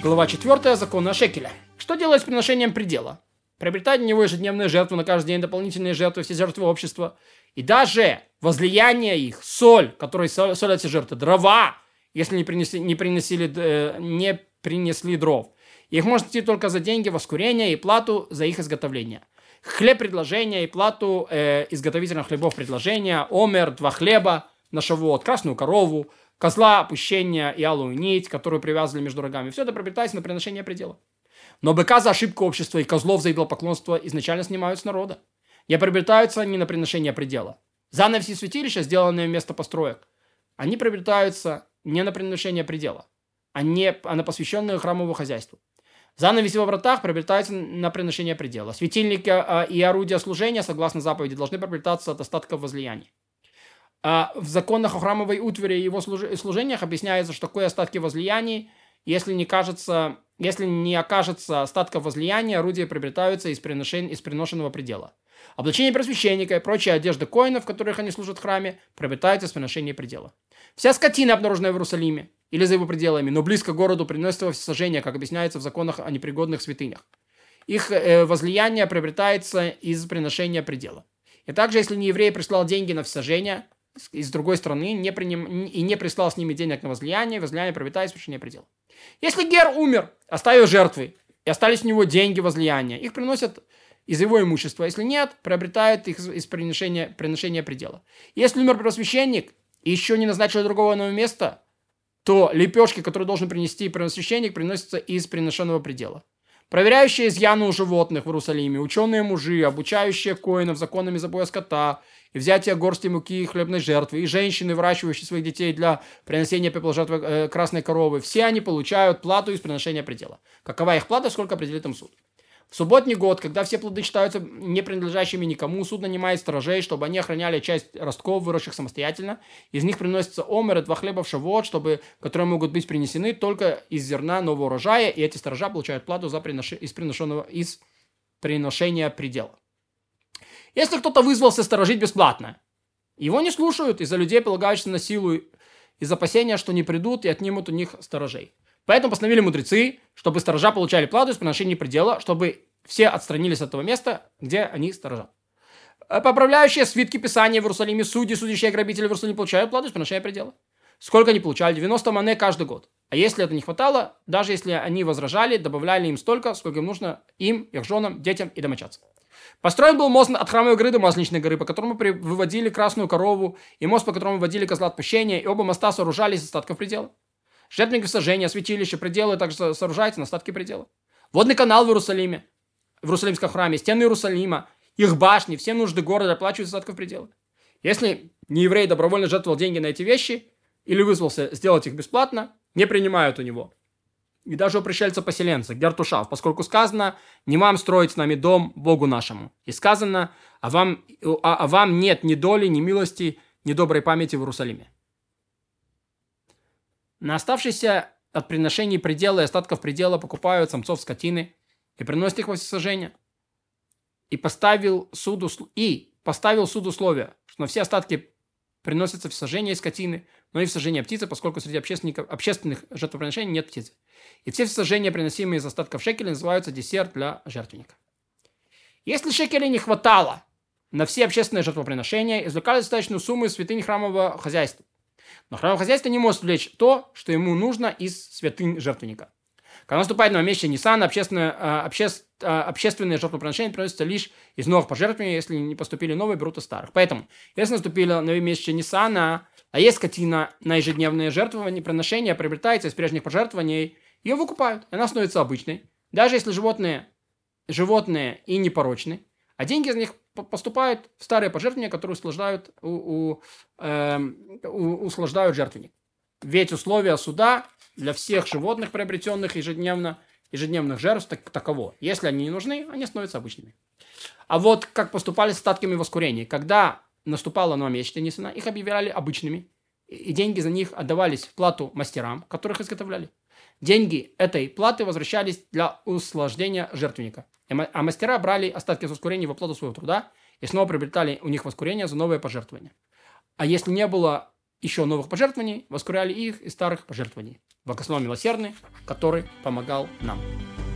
Глава 4. Закон о шекеле. Что делать с приношением предела? Приобретать на него ежедневные жертвы на каждый день, дополнительные жертвы, все жертвы общества. И даже возлияние их, соль, которой солят все жертвы, дрова, если не принесли дров. Их можно идти только за деньги воскурения и плату за их изготовление. Хлеб предложения и плату изготовителям хлебов предложения, омер, 2 хлеба на шавуот, красную корову, козла опущения и алую нить, которую привязывали между рогами. Все это приобретается на приношение предела. Но быка за ошибку общества и козлов за идолопоклонство изначально снимают с народа. Не приобретаются они на приношение предела. Занавеси святилища, сделанные вместо построек, они приобретаются не на приношение предела, а на посвященное храмовому хозяйству. Занавеси во вратах приобретаются на приношение предела. Светильники и орудия служения, согласно заповеди, должны приобретаться от остатков возлияний. В законах о храмовой утвари и его служениях объясняется, что такое остатки возлияний, если не окажется остатков возлияния, орудия приобретаются из приношенного предела. Облачение первосвященника и прочие одежды коинов, в которых они служат в храме, приобретаются из приношения предела. Вся скотина, обнаруженная в Иерусалиме или за его пределами, но близко к городу, приносится во всесожжение, как объясняется в законах о непригодных святынях. Их возлияние приобретается из приношения предела. И также, если не еврей прислал деньги на всесожжение из другой страны и не прислал с ними денег на возлияние приобретается из приношения предела. Если гер умер, оставив жертвы, и остались у него деньги возлияния, их приносят из его имущества. Если нет, приобретают их из приношения предела. Если умер первосвященник и еще не назначили другого нового места, то лепешки, которые должен принести первосвященник, приносятся из приношенного предела. Проверяющие изъяны у животных в Иерусалиме, ученые мужи, обучающие коинов законами забоя скота и взятия горсти муки и хлебной жертвы, и женщины, выращивающие своих детей для приносения пепла жертвы красной коровы, все они получают плату из приношения предела. Какова их плата, сколько определит им суд. В субботний год, когда все плоды считаются не принадлежащими никому, суд нанимает сторожей, чтобы они охраняли часть ростков, выросших самостоятельно. Из них приносятся омер и 2 хлеба в шавуот, которые могут быть принесены только из зерна нового урожая, и эти сторожа получают плату из приношения предела. Если кто-то вызвался сторожить бесплатно, его не слушают из-за людей, полагающихся на силу, из опасения, что не придут и отнимут у них сторожей. Поэтому постановили мудрецы, чтобы сторожа получали плату из приношения предела, чтобы все отстранились от того места, где они сторожат. Поправляющие свитки писания в Иерусалиме, судьи, судящие грабители в Иерусалиме получают плату из приношения предела. Сколько они получали? 90 мане каждый год. А если это не хватало, даже если они возражали, добавляли им столько, сколько им нужно им, их женам, детям и домочадцам. Построен был мост от храмовой горы до Масличной горы, по которому выводили красную корову, и мост, по которому выводили козла отпущения, и оба моста сооружались из остатков предела. Жертвенники сожжения, святилища, пределы также сооружаются на остатки предела. Водный канал в Иерусалиме, в Иерусалимском храме, стены Иерусалима, их башни, все нужды города оплачивают из остатков предела. Если нееврей добровольно жертвовал деньги на эти вещи или вызвался сделать их бесплатно, не принимают у него. И даже у пришельца-поселенца, Гертушав, поскольку сказано: «Не вам строить с нами дом Богу нашему». И сказано: «А вам нет ни доли, ни милости, ни доброй памяти в Иерусалиме». На оставшиеся от приношений предела и остатков предела покупают самцов скотины и приносят их во всесожжение. И поставил суд условие, что на все остатки приносятся в сожжение скотины, но и в сожжение птицы, поскольку среди общественных жертвоприношений нет птицы. И все всесожжения, приносимые из остатков шекеля, называются десерт для жертвенника. Если шекелей не хватало на все общественные жертвоприношения, извлекали достаточную сумму из святынь храмового хозяйства. Но храмовое хозяйство не может извлечь то, что ему нужно из святынь жертвенника. Когда наступает новомесячие Ниссана, общественные жертвоприношения приносятся лишь из новых пожертвований, если не поступили новые, берут из старых. Поэтому, если наступило новомесячие Ниссана, а есть скотина на ежедневные жертвования, приношения приобретается из прежних пожертвований, ее выкупают, и она становится обычной. Даже если животные и непорочны, а деньги из них поступают в старые пожертвования, которые услаждают жертвенник. Ведь условия суда для всех животных, приобретенных ежедневных жертв, таково. Если они не нужны, они становятся обычными. А вот как поступали с остатками воскурения. Когда наступало новомесячие Ниссана, их объявляли обычными, и деньги за них отдавались в плату мастерам, которых изготовляли. Деньги этой платы возвращались для услаждения жертвенника. А мастера брали остатки воскурения в оплату своего труда и снова приобретали у них воскурение за новые пожертвования. А если не было еще новых пожертвований, воскуряли их из старых пожертвований. благословен милосердный, который помогал нам.